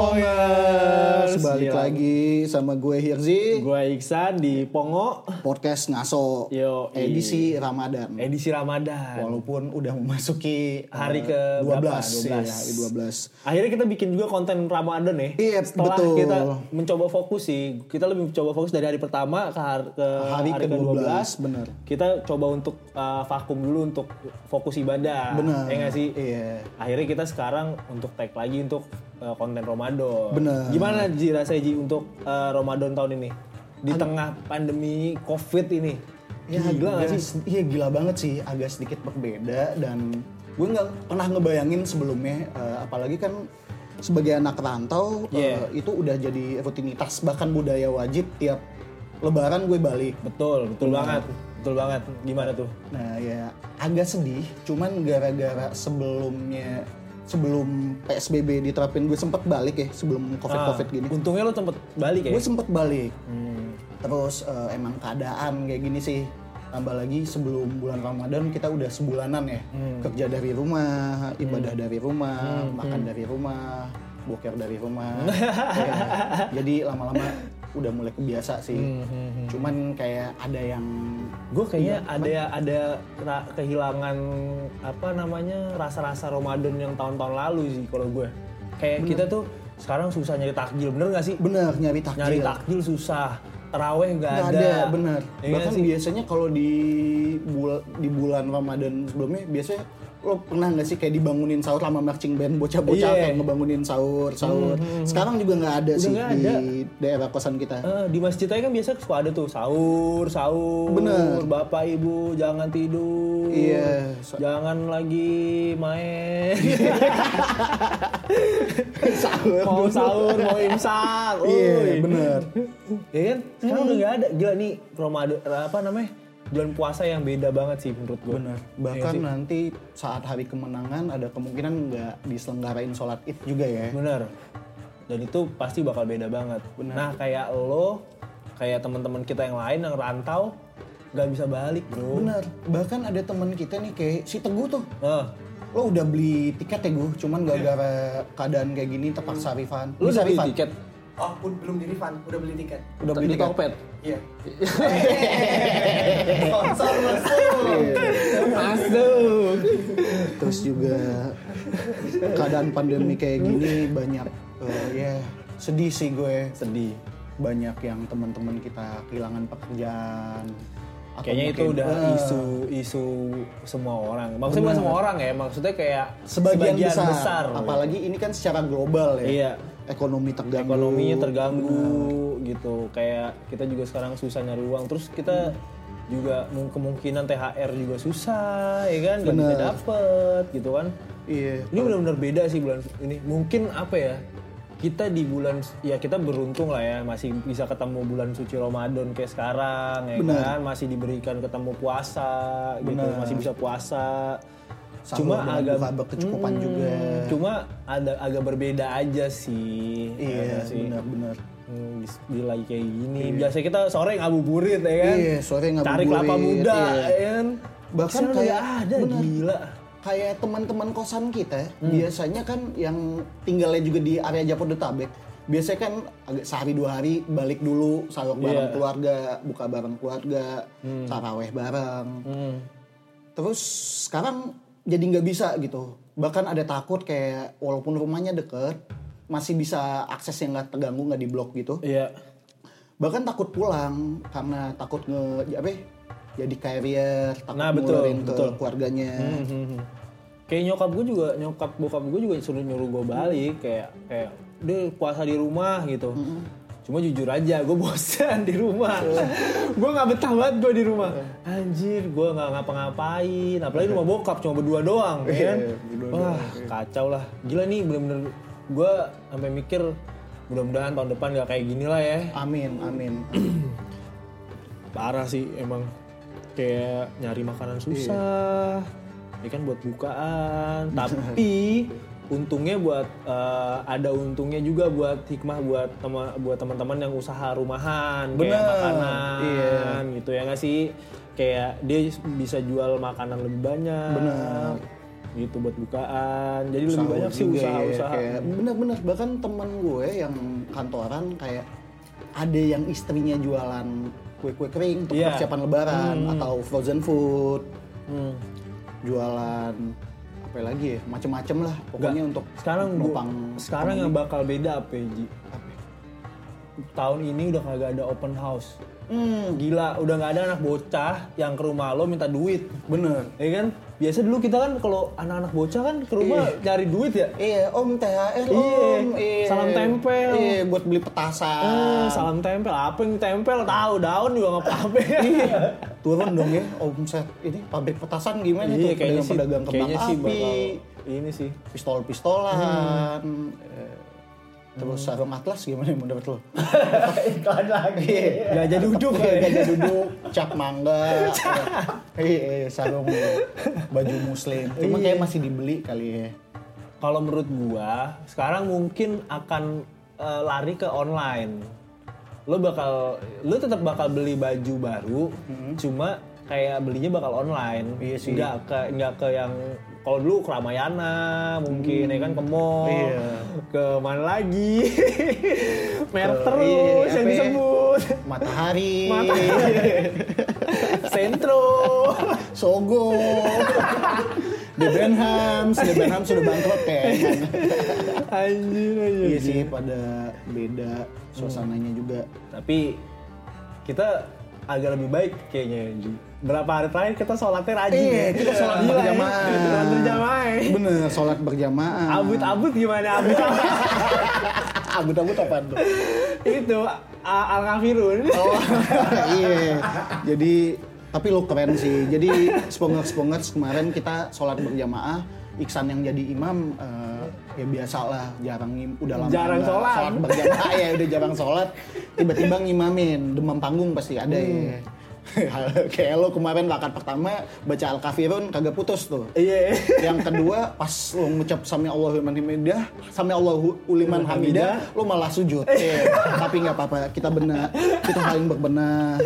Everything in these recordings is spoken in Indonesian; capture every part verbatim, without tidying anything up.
Pongers, balik Gila. lagi sama gue Hirzi, Gue Iksan di Pongo podcast Ngaso, Yo, edisi Ramadan. Edisi Ramadan. Walaupun udah memasuki Hari uh, ke dua berapa? belas, dua belas. ya, hari dua belas. Akhirnya kita bikin juga konten Ramadan ya. Iya, Setelah betul. kita mencoba fokus sih. Kita lebih mencoba fokus dari hari pertama ke hari ke Hari hari ke dua belas, ke-dua belas. bener. Kita coba untuk uh, vakum dulu untuk fokus ibadah. Bener. Ya nggak sih? Iya. Akhirnya kita sekarang untuk tag lagi untuk uh, konten Ramadan. Bener. Gimana Ji rasanya Ji untuk uh, Ramadan tahun ini? Di Ad- tengah pandemi Covid ini. Ya, Gila nggak agak- sih? Iya gila banget sih, agak sedikit berbeda dan gue nggak pernah ngebayangin sebelumnya, uh, apalagi kan sebagai anak rantau, uh, Yeah. itu udah jadi rutinitas bahkan budaya wajib tiap Lebaran gue balik. Betul, betul Bener. banget. Betul banget. Gimana tuh? Nah ya agak sedih, cuman gara-gara sebelumnya sebelum P S B B diterapin gue sempet balik ya sebelum covid-covid Ah, gini. Untungnya lo sempet balik ya? Gue sempet balik. Hmm. Terus eh, emang keadaan kayak gini sih. Tambah lagi sebelum bulan Ramadan kita udah sebulanan ya. Hmm. Kerja dari rumah, ibadah Hmm. dari rumah, Hmm. makan Hmm. dari rumah, boker dari rumah. Ya, jadi lama-lama udah mulai kebiasa sih. Hmm, hmm, hmm. Cuman kayak ada yang Gue kayaknya Iya, ada ada ra- kehilangan apa namanya rasa-rasa Ramadan yang tahun-tahun lalu sih kalau gue. Kayak kita tuh sekarang susah nyari takjil, bener gak sih? bener nyari takjil. Nyari takjil susah, taraweh gak Nggak ada. ada, bener. Ya nggak Bahkan sih? biasanya kalau di bul- di bulan Ramadan sebelumnya biasanya lo pernah nggak sih kayak dibangunin sahur sama marching band bocah-bocah Iya. kayak ngebangunin sahur sahur. Hmm, hmm, hmm. Sekarang juga nggak ada Udah sih nggak di ada. daerah kosan kita. Eh, di masjid aja kan biasa suka ada tuh sahur, sahur. Bener. Bapak ibu jangan tidur. Iya. So- Jangan lagi main. sahur. mau sahur, mau imsak. Iya, Uy. bener. Ya kan? Sekarang udah gak ada. Gila nih Ramadan apa namanya? Bulan puasa yang beda banget sih menurut gue. Bener. Iya Bahkan sih? nanti saat hari kemenangan ada kemungkinan nggak diselenggarain sholat id juga ya. Bener. Dan itu pasti bakal beda banget. Bener. Nah kayak lo, kayak teman-teman kita yang lain yang rantau, gak bisa balik bro. Bener. Bahkan ada teman kita nih kayak si Teguh tuh. Eh, Lo udah beli tiket ya gue, cuman gara-gara keadaan kayak gini terpaksa refund. lo Bisa udah beli refund? tiket? Oh, ud- belum di refund, udah beli tiket. Udah beli Di tiket? Tokped? Iya. Sponsor masuk. Masuk. Terus juga keadaan pandemi kayak gini banyak eh, ya sedih sih gue. Sedih. Banyak yang teman-teman kita kehilangan pekerjaan. Atau Kayaknya itu mungkin, udah eh, isu isu semua orang. Maksudnya bukan Benar. semua orang ya, maksudnya kayak sebagian, besar. besar. Apalagi ini kan secara global ya. Iya. Ekonomi terganggu. Ekonominya terganggu gitu. Kayak kita juga sekarang susah nyari uang. Terus kita juga mung- kemungkinan T H R juga susah, ya kan? Gak bisa Bener. dapet gitu kan. Iya. Ini benar-benar beda sih bulan ini. Mungkin apa ya? Kita di bulan ya kita beruntung lah ya masih bisa ketemu bulan suci Ramadan kayak sekarang ya Bener. kan, masih diberikan ketemu puasa gitu, Bener. masih bisa puasa. Sahur Cuma dengan agak buka berkecukupan Hmm, juga. Cuma ada agak berbeda aja sih. Iya, ya sih. benar-benar. Hmm, di- di lagi kayak gini. Biasanya kita sore ngabuburit ya kan. Iya, sore Cari ngabuburit, kelapa muda iya. ya kan. Bahkan Sekarang udah kayak- nggak ada bener. gila. Kayak teman-teman kosan kita, Hmm. biasanya kan yang tinggalnya juga di area Jabodetabek, biasanya kan agak sehari dua hari balik dulu sahur bareng Iya. keluarga, buka bareng keluarga, Hmm. taraweh bareng. Hmm. Terus sekarang jadi nggak bisa gitu. Bahkan ada takut kayak walaupun rumahnya deket, masih bisa akses yang nggak terganggu, nggak diblok gitu. Iya. Bahkan takut pulang karena takut nge apa ya, jadi carrier, takut Nah, betul, nularin ke betul. keluarganya. Hmm, hmm, hmm. Kayak nyokap gue juga, nyokap bokap gue juga suruh nyuruh gue balik kayak kayak dia puasa di rumah gitu. Cuma jujur aja gue bosan di rumah. Gue nggak betah banget gue di rumah. Anjir, gue nggak ngapa-ngapain. Apalagi rumah bokap cuma berdua doang, ya kan? Iya, berdua Wah, doang, iya. kacau lah. Gila nih, bener-bener gue sampai mikir mudah-mudahan tahun depan nggak kayak gini lah ya. Amin, amin. Parah sih emang. Kayak nyari makanan susah, ya kan buat bukaan. Tapi untungnya buat eh, ada untungnya juga buat hikmah buat tema, buat teman-teman yang usaha rumahan kayak Bener, makanan iya. gitu ya nggak sih? Kayak dia bisa jual makanan lebih banyak. Bener. gitu buat bukaan. Jadi Usaha lebih banyak sih juga ya, usaha-usaha. kayak bener-bener bahkan temen gue yang kantoran kayak ada yang istrinya jualan kue-kue kering untuk Iya. persiapan lebaran Hmm. atau frozen food, Hmm. jualan apa lagi ya, macem-macem lah pokoknya Nggak, untuk sekarang gua, nopang sekarang yang bakal beda apa ya, Ji? apa ya? Tahun ini udah kagak ada open house. Hmm, Gila, udah nggak ada anak bocah yang ke rumah lo minta duit. bener. Ya kan? Biasa dulu kita kan kalau anak-anak bocah kan ke rumah cari duit ya. Iya, om T H R Iya, om. Iya. salam tempel. Iya, buat beli petasan. Eh, salam tempel, apa yang tempel? Tahu daun juga nggak apa-apa. Iya. Turun dong ya omset ini pabrik petasan gimana Iya, tuh kayaknya sih, pedagang kembang kayaknya sih api, bakal ini sih. pistol-pistolan. eh, Terus sarung atlas gimana menurut lo? Iklan lagi. Gajah duduk Iya, ya. gajah duduk, cap mangga. Iya, sarung baju muslim. Cuma Iya. kayak masih dibeli kali ya. Kalau menurut gua, sekarang mungkin akan eh, lari ke online. Lo bakal, lo tetap bakal beli baju baru, cuma kayak belinya bakal online. Iya sih. Nggak ke, nggak ke yang kalau dulu ke Ramayana mungkin, ya kan ke mall, Iya. ke mana lagi, merek Ke- terus iya, yang apa ya? disebut. Matahari, Matahari. Sentro. Sogo, Debenhams, Debenhams sudah bangkrut kayaknya. Anjir, anjir. Iya sih, pada beda suasananya juga. Tapi kita agak lebih baik kayaknya, Ji. Berapa hari terakhir kita sholatnya rajin Iya, ya? kita sholat Gila ya, berjamaah. sholat berjamaah ya. Bener, sholat berjamaah. Abut-abut gimana abut-abut? Abut-abut apaan tuh? Itu a- al-kafirun. Oh, iya. Jadi, tapi lu keren sih. Jadi, spongers-spongers kemarin kita sholat berjamaah. Iksan yang jadi imam, eh, ya biasalah, jarang ngim, udah lama Jarang nggak sholat. sholat berjamaah ya, udah jarang sholat. Tiba-tiba ngimamin, demam panggung pasti ada ya. Kayak lo kemarin lakat pertama baca Al-Kafirun kagak putus tuh. Iya. Yang kedua pas lo ngucap sami Allahu liman hamidah, sami Allahu liman hamidah, lo malah sujud. Iya. Tapi nggak apa-apa, kita benar, kita saling berbenah.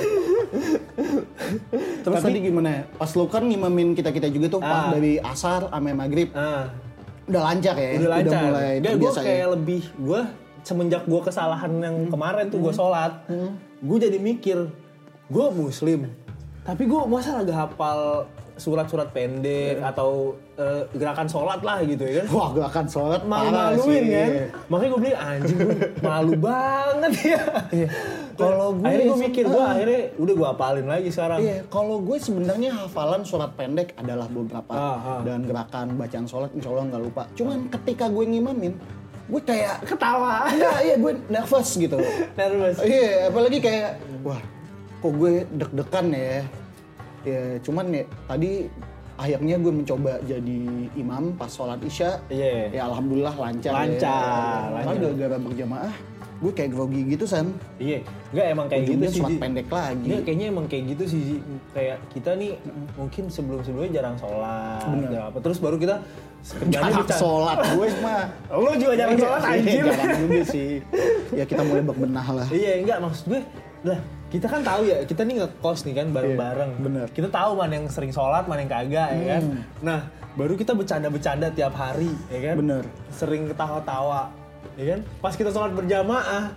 Terus Tapi- tadi gimana? Pas lo kan ngimamin kita-kita juga tuh pas Ah. dari asar sampai maghrib. Ah, Udah lancar ya? udah lancar. mulai Dia gue terbiasa kayak ya? lebih, gue semenjak gue kesalahan yang kemarin tuh gue sholat, gue jadi mikir, gue muslim, tapi gue masa agak hafal surat-surat pendek atau eh, gerakan sholat lah gitu ya kan. Wah, gak akan sholat Malu-maluin parah kan, sih. makanya gue bilang anjing gue malu banget ya. Iya. Kalau gue akhirnya gue mikir, gue ah. akhirnya udah gue hafalin lagi sekarang. Iya, kalau gue sebenarnya hafalan surat pendek adalah beberapa Ah, ah. dan gerakan bacaan sholat insya Allah nggak lupa. Cuman ketika gue ngimamin, gue kayak Ketawa, enggak, iya gue nervous gitu. nervous. Iya, apalagi kayak wah, kok gue deg-degan ya. Ya, cuman ya tadi akhirnya gue mencoba jadi imam pas sholat isya. Iya. Ya alhamdulillah lancar. Lancar, ya. lancar. Karena gara-gara berjamaah, gue kayak grogi gitu San. Iya, enggak emang kayak Ujungnya gitu sih. sholat Ji. pendek lagi. Enggak, kayaknya emang kayak gitu sih. Ji. Kayak kita nih mungkin sebelum-sebelumnya jarang sholat, Bener. jarang apa. Terus baru kita kerjanya Jarang bercanda. sholat gue mah. Lo juga jarang sholat Iya, anjir. jarang juga sih. Ya kita mulai berbenah lah. Iya, enggak maksud gue. Lah, kita kan tahu ya, kita nih ngekos nih kan bareng-bareng. Iya, bener. Kita tahu mana yang sering sholat, mana yang kagak ya kan. Hmm. Nah, baru kita bercanda-bercanda tiap hari ya kan. Bener. Sering ketawa-tawa ya kan. Pas kita sholat berjamaah,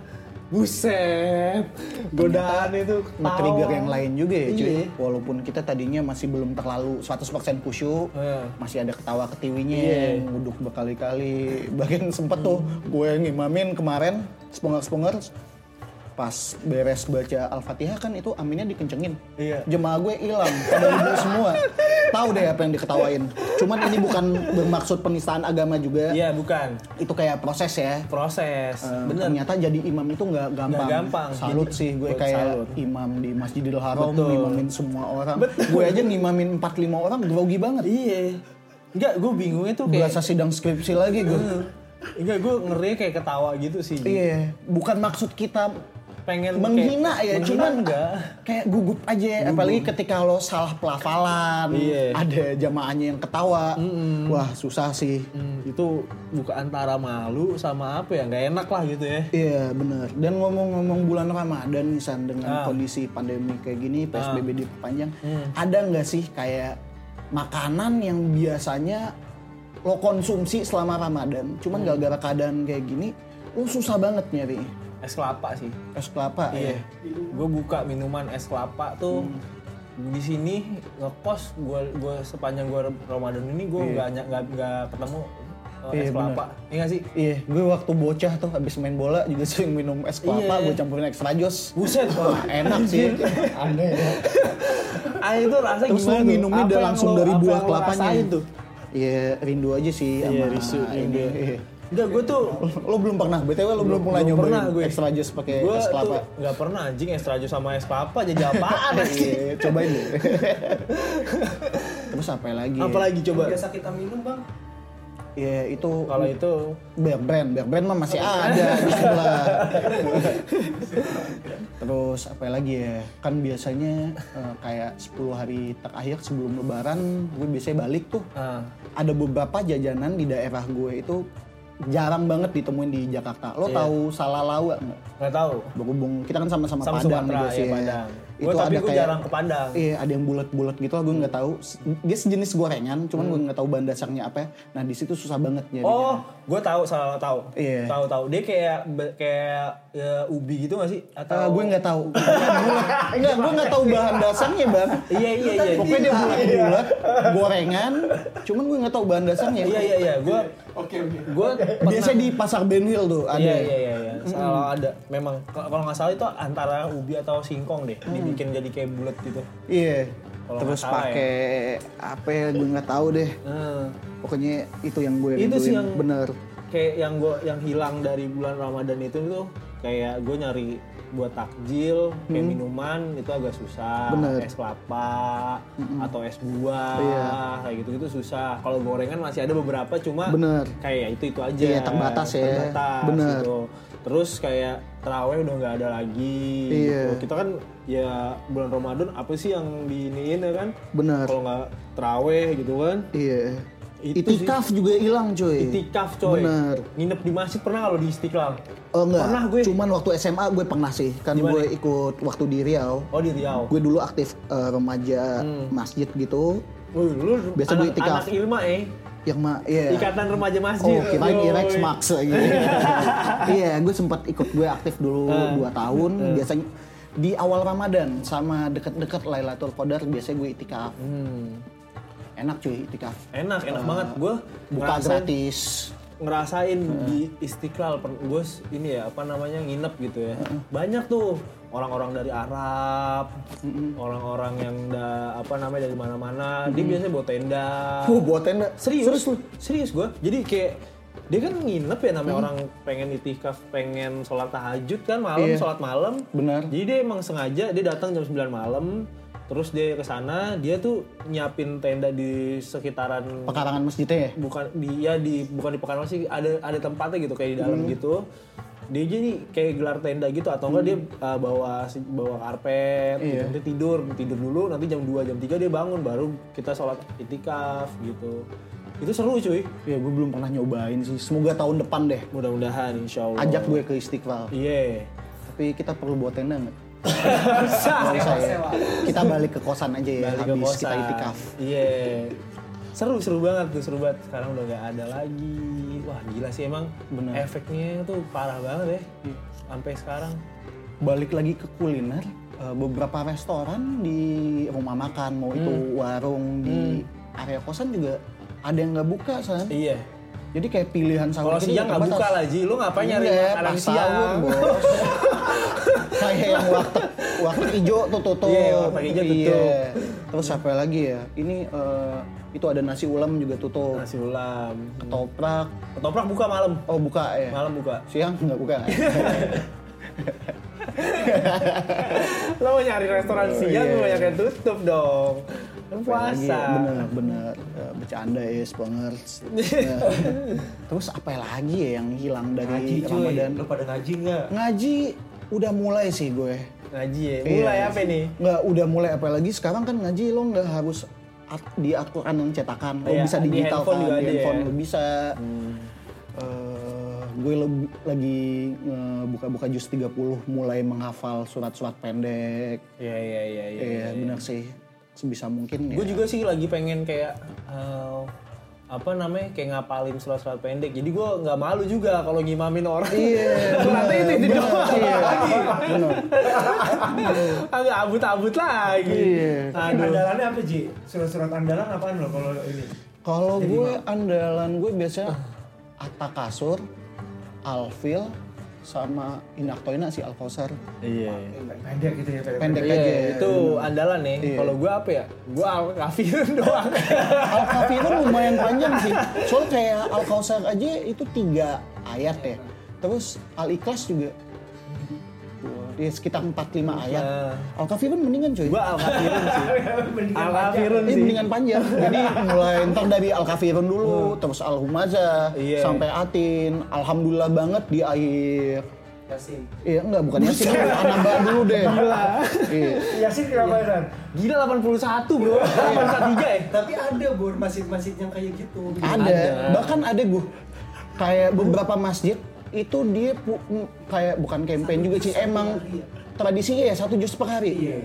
buset, godaan itu Nge-trigger ketawa. yang lain juga ya cuy. Iya. Walaupun kita tadinya masih belum terlalu seratus persen khusyuk, Iya. masih ada ketawa ketiwinya Iya. yang nguduk berkali-kali. Bahkan sempet tuh gue ngimamin kemarin sponger-sponger pas beres baca Al-Fatihah kan itu aminnya dikencengin. Iya. Jemaah gue hilang, pada wudhu semua. Tahu deh apa yang diketawain. Cuman ini bukan bermaksud penistaan agama juga. Iya, bukan. Itu kayak proses ya. Proses. Eh, Bener. Ternyata jadi imam itu nggak gampang. Nggak gampang. Salut Jadi, sih gue buat kayak salut. imam di Masjidil Haram Betul. ngimamin semua orang. Gue aja ngimamin empat lima orang grogi banget. Iya. Enggak, gue bingungnya tuh kayak Berasa sidang skripsi lagi gue. enggak, gue ngeri kayak ketawa gitu sih. Iya, bukan maksud kita Pengen menghina kayak- ya, menghina cuman enggak. kayak gugup aja. Apalagi ketika lo salah pelafalan, Iya. ada jamaahnya yang ketawa. Wah, susah sih. Hmm, itu bukan antara malu sama apa ya, nggak enak lah gitu ya. Iya benar. Dan ngomong-ngomong bulan Ramadan nih San, dengan Ah. kondisi pandemi kayak gini, P S B B diperpanjang, Hmm. ada nggak sih kayak makanan yang biasanya lo konsumsi selama Ramadan, cuman hmm. gara-gara keadaan kayak gini, lo susah banget nyari. Es kelapa sih. Es kelapa. Iya. Ya. Gue buka minuman es kelapa tuh hmm. di sini ngekos. Gue gue sepanjang gue Ramadan ini gue nggak iya. nggak nggak ketemu uh, iya, es kelapa. Iya nggak sih? Iya. Gue waktu bocah tuh habis main bola juga sering minum es kelapa. Iya. Gue campurin extra jos. Buset. Wah enak sih. Aneh ya. Ah itu rasanya terus gimana? Terus minumnya udah langsung lo, dari buah kelapanya. Tuh? Iya rindu aja sih iya, sama risu, ini. Enggak, gue tuh lo belum pernah, B T W lo belum pernah nyobain pernah gue. Extra jus pakai es kelapa? Gue tuh gak pernah anjing extra jus sama es kelapa jadi apaan sih? Iya, cobain deh. Terus apa lagi? Apa lagi coba? Yang biasa kita minum bang? Ya itu. Kalau itu Bear Brand, Bear Brand mah masih ada di sebelah. Terus apa lagi ya? Kan biasanya uh, kayak sepuluh hari terakhir sebelum lebaran gue biasanya balik tuh. Uh. Ada beberapa jajanan di daerah gue itu jarang banget ditemuin di Jakarta. Lo yeah. tahu Salalawa nggak? Nggak tahu. Berhubung kita kan sama-sama sama Padang juga sih. Ya, Padang. Itu gua, tapi ada gue kayak, jarang ke Padang. Iya, ada yang bulat-bulat gitu, gue nggak tahu. Dia sejenis gorengan, cuman hmm. gue nggak tahu bahan dasarnya apa. Nah di situ susah banget nyarinya. Oh, gue tahu salah tahu. Iya. Tahu tahu. Dia kayak kayak ya, ubi gitu nggak sih? Atau uh, gue nggak tahu. Enggak, gue nggak tahu bahan dasarnya bang. Iya iya iya. Pokoknya dia bulat-bulat, gorengan. Cuman gue nggak tahu bahan dasarnya. Iya iya iya. Gue oke oke. Gue biasanya di pasar Ben Hill tuh ada. Iya iya iya. Salah ada. Memang kalau nggak salah itu antara ubi atau singkong deh. Hmm. Dibikin jadi kayak bulat gitu. Iya. Kalo terus pakai ya. apa ya gue nggak tahu deh. Hmm. Pokoknya itu yang gue itu sih yang bener. Kayak yang gue yang hilang dari bulan Ramadan itu tuh kayak gue nyari buat takjil kayak hmm. minuman itu agak susah. Bener. Es kelapa hmm. atau es buah iya. kayak gitu-gitu susah. Kalau gorengan masih ada beberapa cuma bener. kayak itu itu aja. Iya, terbatas ya. Terbatas bener. Gitu. Terus kayak terawih udah nggak ada lagi. Iya. Gitu. Kita kan ya bulan Ramadan apa sih yang diiniin ya kan? Bener. Kalau nggak terawih gitu kan? Iya. Itikaf juga hilang coy. Itikaf coy. Bener. Nginep di masjid pernah kalau di Istiqlal? Oh enggak. Pernah gue. Cuman waktu S M A gue pernah sih. Kan dimana? Gue ikut waktu di Riau. Oh di Riau. Gue dulu aktif uh, remaja hmm. masjid gitu. Wih, lu biasa anak, gue itikaf. Anak Ilma eh. Yang ma, iya. Yeah. Ikatan Remaja Masjid. Oh, kirain Irex Max gitu. Iya, gue sempat ikut, gue aktif dulu uh, dua tahun. Uh. Biasanya di awal Ramadan sama deket-deket Lailatul Qadar biasanya gue itikaf. Hmm. Enak cuy itikaf. Enak, enak uh, banget. Gue buka gratis. Ngerasain uh. di Istiqlal, gue ini ya apa namanya nginep gitu ya. Uh. Banyak tuh orang-orang dari Arab, mm-hmm. orang-orang yang da, apa namanya dari mana-mana. Mm-hmm. Dia biasanya bawa tenda. Oh, bawa tenda. Serius? Serius lu? Serius gue. Jadi kayak dia kan nginep ya namanya hmm. orang pengen itikaf, pengen sholat tahajud kan malam, yeah. sholat malam. Benar. Jadi dia emang sengaja dia datang jam sembilan malam. Terus dia ke sana, dia tuh nyiapin tenda di sekitaran pekarangan masjidnya ya? Bukan dia di bukan di pekarangan masjid, ada ada tempatnya gitu kayak di dalam hmm. gitu. Dia jadi kayak gelar tenda gitu atau enggak hmm. dia uh, bawa bawa karpet, iya. gitu. Dia tidur, tidur dulu nanti jam dua, jam tiga dia bangun baru kita sholat itikaf gitu. Itu seru cuy. Ya gue belum pernah nyobain sih. Semoga tahun depan deh. Mudah-mudahan insyaallah. Ajak gue ke Istiqlal. Iya. Yeah. Tapi kita perlu bawa tenda enggak? Bisa. Ya. Kita balik ke kosan aja ya balik habis kosan. Kita itikaf. Iya. Yeah. Seru, seru banget tuh, seru banget. Sekarang udah gak ada lagi. Wah gila sih emang. Bener. Efeknya tuh parah banget ya. Sampai sekarang. Balik lagi ke kuliner. Beberapa restoran di rumah makan, mau hmm. itu warung di hmm. area kosan juga ada yang nggak buka, San. Iya. Jadi kayak pilihan sahur kalau siang nggak buka lah, Ji. Lu ngapain nyari makanan siang? Bos. Kayak yang waktu waktu hijau tuh tutup. Iya, waktu hijau tutup. Iya. Terus apa lagi ya? Ini uh, itu ada nasi ulam juga tutup. Nasi ulam. Ketoprak. Ketoprak buka malam. Oh buka ya. Malam buka. Siang nggak buka. Lo mau nyari restoran siang, oh, banyak yang tutup dong. Kan puasa. Bener-bener uh, bercanda ya, spongers. Nah, terus apa lagi ya yang hilang dari ngaji, Ramadan? Lo pada ngaji nggak? Ngaji udah mulai sih gue. Ngaji ya? Mulai iya, apa nih? Nggak, udah mulai apalagi sekarang kan ngaji lo nggak harus di Al-Quran yang cetakan. Lo ya, bisa digital kan, di handphone lo bisa. Hmm. Uh, gue lebih, lagi uh, buka-buka juz tiga puluh mulai menghafal surat-surat pendek. Iya, iya, iya. Iya, benar sih. Sebisa mungkin gue ya. juga sih lagi pengen kayak uh, apa namanya kayak ngapalin surat-surat pendek. Jadi gue nggak malu juga kalau ngimamin orang. Iya. Suratnya itu itu doang. Iya. Benar. Agak abut-abut lagi. Iya. Aduh. Andalannya apa Ji? Surat-surat andalan apaan lo kalau ini? Kalau gue andalan gue biasanya Atta Kasur, Alfil, sama Inaktoina si Alkausar. Iya. Pendek gitu ya. Pendek Iya, aja. itu andalan nih. Iya. Kalau gue apa ya? Gue Al-Kafirun doang. Al-Kafirun lumayan panjang sih. Soalnya kayak Al-Kausar aja itu tiga ayat ya. Terus Al-Ikhlas juga ya sekitar empat lima ayat. Nah. Al-Kafirun mendingan cuy. Gue Al-Kafirun sih. Al-Kafirun Ini sih. mendingan panjang. Jadi mulai ntar dari Al-Kafirun dulu, terus Al-Humazah, Iya. sampai Atin. Alhamdulillah banget di akhir. Yasin. Iya enggak, bukan Yasin dulu, Anamba dulu deh. Iya. Yasin kenapa ya? Gila delapan puluh satu bro. delapan puluh tiga ya? Tapi ada Bor masjid-masjid yang kayak gitu. Ada. Ada. Bahkan ada gue kayak beberapa masjid itu dia pu- m- kayak bukan campaign juga sih, emang tradisinya ya satu juz per hari. Iya.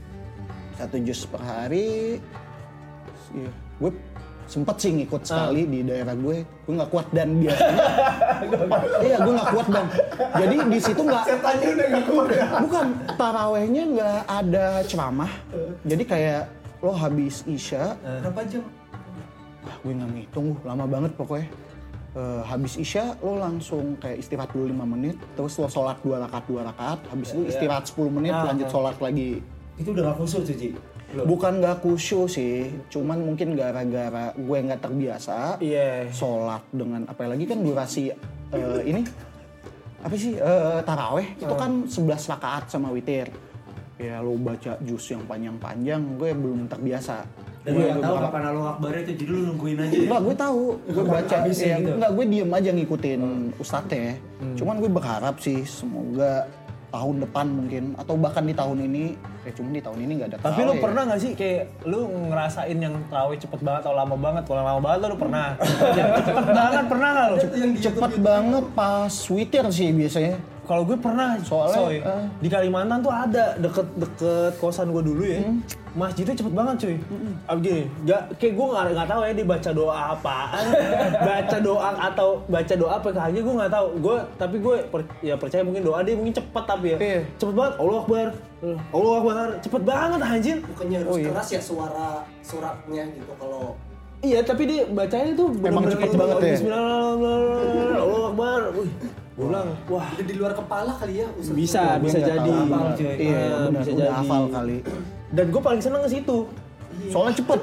Satu juz per hari. Iya. Gue sempet sih ngikut sekali di daerah gue. Gue nggak kuat dan biasanya. Iya, gue nggak kuat bang. Jadi di situ nggak. Setannya udah gak kuat ya. Bukan, tarawehnya nggak ada ceramah. Jadi kayak lo habis isya, Berapa jam? ah, gue nggak ngitung, lama banget pokoknya. Eh, habis isya lo langsung kayak istirahat dulu lima menit, terus lo sholat dua rakaat dua rakaat, habis itu istirahat sepuluh menit, Ah, lanjut sholat lagi. Itu udah gak khusus tuh Ji? Bukan nggak khusyuk sih, cuman mungkin gara-gara gue nggak terbiasa Iya. sholat dengan apalagi kan durasi eh, ini apa sih eh, taraweh itu kan sebelas rakaat sama witir. Ya lo baca juz yang panjang-panjang, gue belum terbiasa. Dan lu Gue gak tau beberapa- kapan Allahu Akbar itu, jadi lu nungguin aja ya? Enggak, gue tahu. Gue baca, habisnya ya, gitu? enggak, gue diem aja ngikutin ustadznya. Hmm. Cuman gue berharap sih semoga tahun depan mungkin atau bahkan di tahun ini, ya cuman di tahun ini nggak ada. Tapi lu taraweh. pernah gak sih kayak lu ngerasain yang tarawih cepet banget atau lama banget? Kalau lama banget lu pernah. Cepet banget pernah gak lu? Cepet banget pas witir sih biasanya. Kalau gue pernah, Soalnya, soy, eh. di Kalimantan tuh ada deket-deket kosan gue dulu ya, masjidnya cepet banget cuy. Abis gini, gak, kayak gue nggak nggak tahu ya dia baca doa apaan, baca doa atau baca doa apa aja gue nggak tahu. Gue tapi gue per- ya percaya mungkin doa dia mungkin cepet tapi ya, Iya. cepet banget. Allah Akbar, Allah Akbar, cepet banget anjir. Bukannya harus Oh, iya. keras ya suara suratnya gitu kalau Iya tapi dia bacanya tuh Emang bener-bener cepet gitu. banget ya? Bismillahirrahmanirrahim, Allah Akbar. Wih, gue bilang, wah udah di luar kepala kali ya Ustaz. bisa Gue bisa nggak jadi. tahu. Hafal, cuy. Iya, Ah, benar. bisa Udah jadi. hafal kali. Dan gue paling seneng ke situ. Soalnya cepet.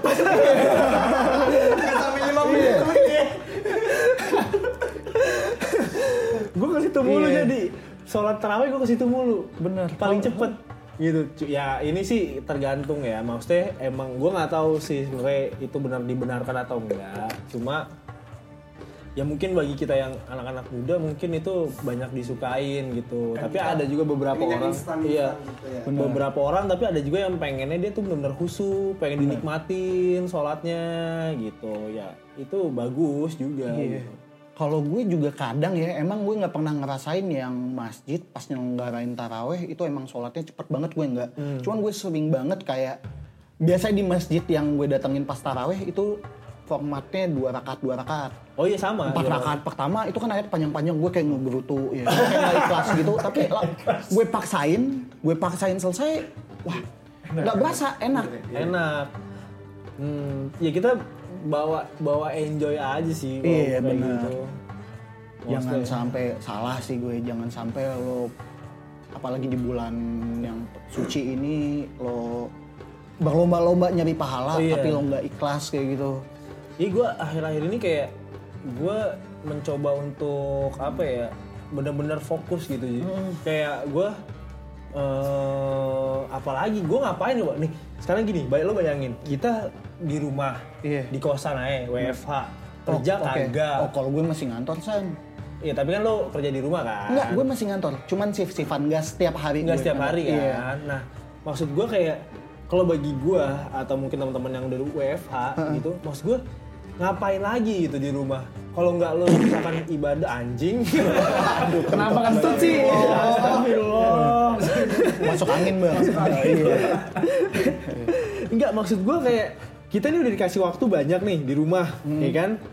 Sambil lima Iya. Gue ke situ mulu Iya. jadi sholat tarawih gue ke situ mulu. Bener. Paling Oh, cepet. Gitu. Cu- Ya ini sih tergantung ya. Maksudnya emang gue nggak tahu sih sebenarnya itu benar dibenarkan atau enggak. Cuma ya mungkin bagi kita yang anak-anak muda mungkin itu banyak disukain gitu. Tapi ada juga beberapa Pengen orang, instan-instan iya, gitu ya. beberapa orang tapi ada juga yang pengennya dia tuh benar-benar khusyuk, pengen dinikmatin sholatnya gitu. Ya itu bagus juga. Iya. Gitu. Kalau gue juga kadang ya, emang gue nggak pernah ngerasain yang masjid pas nyelenggarain taraweh itu emang sholatnya cepet banget gue nggak. Cuman gue sering banget kayak biasanya di masjid yang gue datengin pas taraweh itu formatnya dua rakaat dua rakaat. Oh iya sama. Empat Iya. rakaat pertama itu kan ayat panjang-panjang gue kayak ngegerutu ya, kayak nggak ikhlas gitu. Tapi lah, gue paksain, gue paksain selesai, wah nggak berasa enak. Enak. Hmm, ya kita bawa bawa enjoy aja sih. kalau Iya, kayak bener. Gitu. Jangan Maksudnya- sampai salah sih gue, jangan sampai lo apalagi di bulan yang suci ini lo berlomba-lomba nyari pahala Iya. tapi lo nggak ikhlas kayak gitu. Iya gue akhir-akhir ini kayak gue mencoba untuk apa ya benar-benar fokus gitu sih. Kayak gue eh apalagi gue ngapain coba nih sekarang gini, baik lo bayangin kita di rumah Iya. di kosan aja W F H kerja Oh, oke. kagak. Oh kalau gue masih ngantor San. Iya tapi kan lo kerja di rumah kan. Enggak, gue masih ngantor. Cuman shift-shiftan nggak setiap hari. Nggak gue setiap ngantor. hari kan. Iya. Nah, maksud gue kayak kalau bagi gue atau mungkin teman-teman yang dari W F H gitu, maksud gue ngapain lagi gitu di rumah? Kalau nggak lo misalkan ibadah anjing, kenapa kentut sih? Astagfirullah. Masuk angin bang. Iya. Enggak, maksud gue kayak kita ini udah dikasih waktu banyak nih di rumah, ya kan?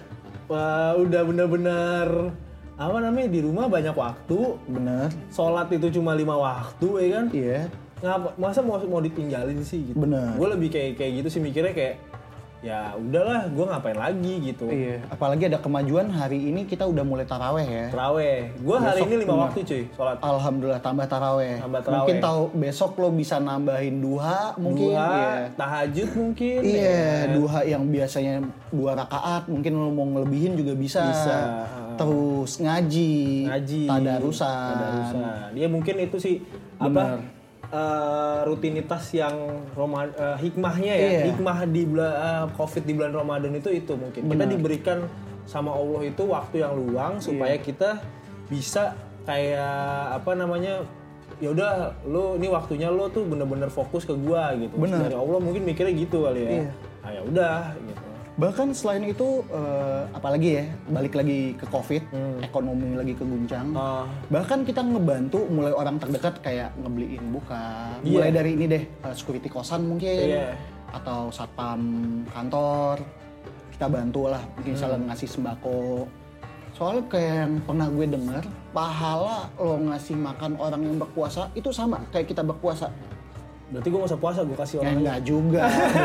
uh, udah bener-bener apa namanya di rumah banyak waktu, Bener. sholat itu cuma lima waktu ya kan, Iya. ngapa masa mau mau ditinggalin sih gitu. Bener. Gue lebih kayak kayak gitu sih mikirnya kayak ya udahlah gue ngapain lagi gitu. Iya. Apalagi ada kemajuan hari ini kita udah mulai taraweh ya. Terawih, gue hari Besok ini lima bener. waktu cuy sholat. Alhamdulillah tambah taraweh. Tambah taraweh. Mungkin tahu besok lo bisa nambahin duha mungkin. Duha, Iya. tahajud mungkin. Iya, ya. duha yang biasanya dua rakaat mungkin lo mau ngelebihin juga bisa. Bisa. Terus ngaji, Ngaji, tadarusan. tadarusan. Dia mungkin itu sih Bener. apa eh, rutinitas yang Roma, eh, hikmahnya ya, Iya. hikmah di bulan eh, Covid di bulan Ramadan itu itu mungkin kita Bener. diberikan sama Allah itu waktu yang luang supaya Iya. kita bisa kayak apa namanya ya udah lo ini waktunya lo tuh bener-bener fokus ke gua gitu. Bener. Dari Allah mungkin mikirnya gitu kali ya. Iya. Ah, ya udah gitu. Bahkan selain itu, eh, apalagi ya, balik lagi ke Covid, Hmm. ekonomi lagi keguncang. Ah. Bahkan kita ngebantu mulai orang terdekat kayak ngebeliin buka. Iya. Mulai dari ini deh, eh, security kosan mungkin. Iya. Atau satpam kantor. Kita bantu lah, mungkin misalnya Hmm. ngasih sembako. Soalnya kayak yang pernah gue denger, pahala lo ngasih makan orang yang berpuasa, itu sama kayak kita berpuasa. Berarti gua nggak usah puasa, gua kasih Ya orang. enggak juga.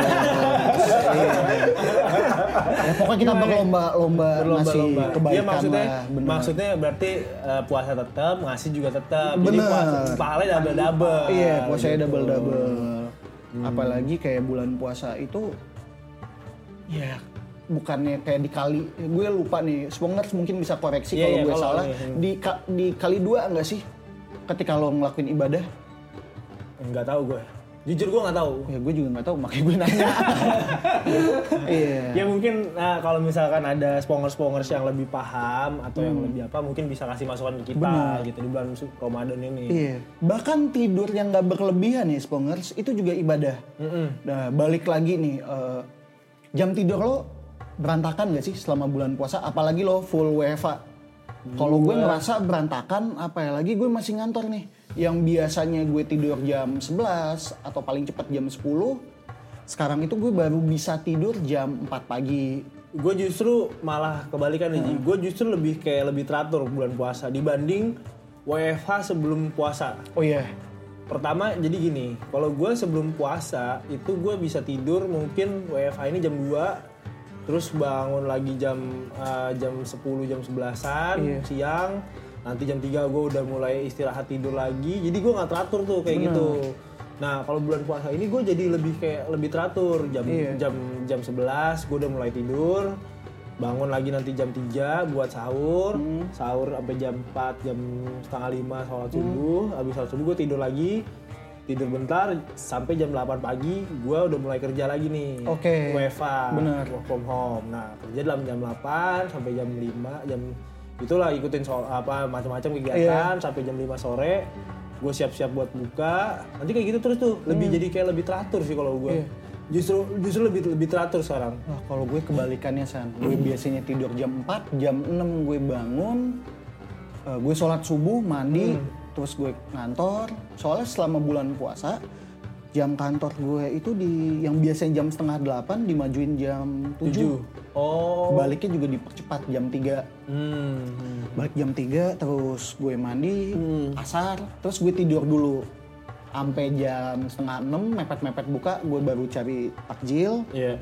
Iya. Ya, pokoknya kita berlomba-lomba ngasih Berlomba-lomba. kebaikan Iya maksudnya, lah. Bener. maksudnya berarti uh, puasa tetap, ngasih juga tetap. Jadi Bener. puasa, pahalanya double-double. Iya, puasanya gitu. double-double. Hmm. Apalagi kayak bulan puasa itu, ya bukannya kayak dikali, gue lupa nih, Spongers mungkin bisa koreksi Iya, kalau iya, gue kalau salah, ini, hmm. di, dikali dua nggak sih ketika lo ngelakuin ibadah? Enggak tahu gue. Jujur gue nggak tahu. Ya gue juga nggak tahu, makanya gue nanya. Iya. Ya mungkin nah, kalau misalkan ada spongers-spongers yang lebih paham atau yang lebih apa, mungkin bisa kasih masukan ke kita Benar. gitu di bulan Ramadan ini. Iya, bahkan tidur yang nggak berlebihan nih Spongers itu juga ibadah. Mm-mm. Nah balik lagi nih, eh, jam tidur lo berantakan gak sih selama bulan puasa? Apalagi lo full W F A. Kalau gue ngerasa berantakan, apalagi gue masih ngantor nih. Yang biasanya gue tidur jam sebelas atau paling cepat jam sepuluh, sekarang itu gue baru bisa tidur jam empat pagi. Gue justru malah kebalikan nih, Ji. Gue justru lebih kayak lebih teratur bulan puasa dibanding W F H sebelum puasa. Oh iya. Pertama jadi gini, kalau gue sebelum puasa itu gue bisa tidur mungkin W F H ini jam dua, terus bangun lagi jam uh, jam sepuluh jam sebelasan Iya. siang, nanti jam tiga gue udah mulai istirahat tidur lagi, jadi gue nggak teratur tuh kayak Bener. gitu. Nah kalau bulan puasa ini gue jadi lebih kayak lebih teratur, jam Iya. jam jam sebelas gue udah mulai tidur, bangun lagi nanti jam tiga buat sahur, Hmm. sahur sampai jam empat, jam setengah lima sholat subuh, habis sholat subuh gue tidur lagi, tidur bentar sampai jam delapan pagi gue udah mulai kerja lagi nih. Oke. W F A, Bener. work from home. Nah kerja dalam jam delapan sampai jam lima, jam itulah ikutin soal apa macam-macam kegiatan sampai jam lima sore. Gue siap-siap buat buka. Nanti kayak gitu terus tuh, lebih jadi kayak lebih teratur sih kalau gue. Iya. Justru justru lebih lebih teratur sekarang. Nah, kalau gue kebalikannya San, gue biasanya tidur jam empat, jam enam gue bangun, eh, gue sholat subuh, mandi, terus gue ngantor. Soalnya selama bulan puasa, jam kantor gue itu di yang biasanya jam setengah delapan dimajuin jam tujuh. Oh. Baliknya juga dipercepat jam tiga. Hmm. Balik jam tiga, terus gue mandi, asar, terus gue tidur dulu. Sampai jam setengah enam, mepet-mepet buka, gue baru cari takjil. Iya.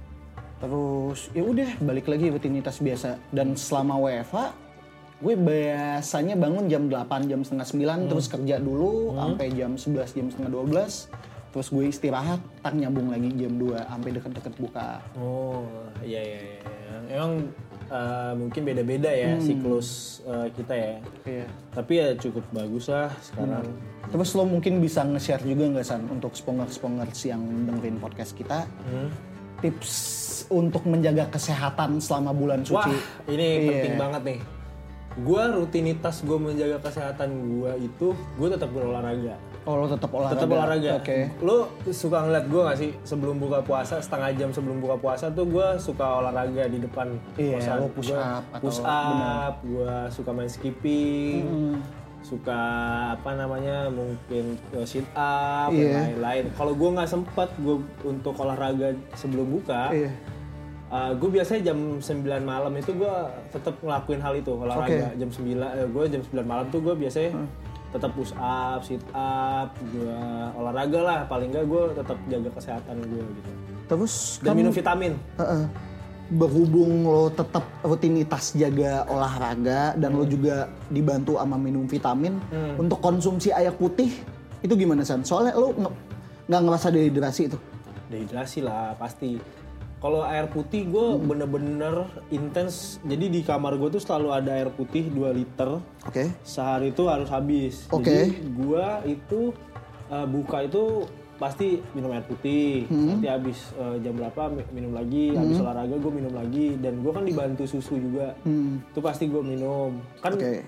Terus ya udah balik lagi rutinitas biasa. Dan selama W F H gue biasanya bangun jam delapan, jam setengah sembilan, terus kerja dulu sampai jam sebelas, jam setengah dua belas. Terus gue istirahat, tak nyambung lagi jam dua sampai deket-deket buka. Oh, iya iya iya. Emang uh, mungkin beda-beda ya siklus uh, kita ya. Iya. Tapi ya cukup bagus lah sekarang. Terus lo mungkin bisa nge-share juga nggak San untuk spongers-spongers yang dengerin podcast kita, Hmm. tips untuk menjaga kesehatan selama bulan Wah, suci. ini Iya. penting banget nih. Gua rutinitas gue menjaga kesehatan gue itu, gue tetap berolahraga. Oh lo tetap olahraga. Tetap olahraga. Oke. Lu suka ngeliat gue gak sih sebelum buka puasa, setengah jam sebelum buka puasa tuh gue suka olahraga di depan Iya, kosan. lo push Gua up atau- push up, gue suka main skipping, Hmm. suka apa namanya mungkin uh, sit up Iya. dan lain-lain. Kalau gue nggak sempat gue untuk olahraga sebelum buka, Iya. Uh, gue biasanya jam sembilan malam itu gue tetap ngelakuin hal itu olahraga. Okay. Jam sembilan, eh, gue jam sembilan malam tuh gue biasanya hmm. tetap push up, sit up, gue olahraga lah. Paling nggak gue tetap jaga kesehatan gue gitu. Terus dan kan, minum vitamin. Uh-uh. Berhubung lo tetap rutinitas jaga olahraga dan hmm. lo juga dibantu sama minum vitamin hmm. untuk konsumsi air putih itu gimana San? Soalnya lo nggak nggak ngerasa dehidrasi itu? Dehidrasi lah pasti. Kalau air putih gue hmm. bener-bener intens. Jadi di kamar gue tuh selalu ada air putih dua liter. Oke. Okay. Sehari itu harus habis. Oke. Okay. Jadi gue itu uh, buka itu pasti minum air putih. Hmm. Nanti habis uh, jam berapa minum lagi. Hmm. Habis olahraga gue minum lagi. Dan gue kan dibantu susu juga. Hmm. Itu pasti gue minum. Kan okay.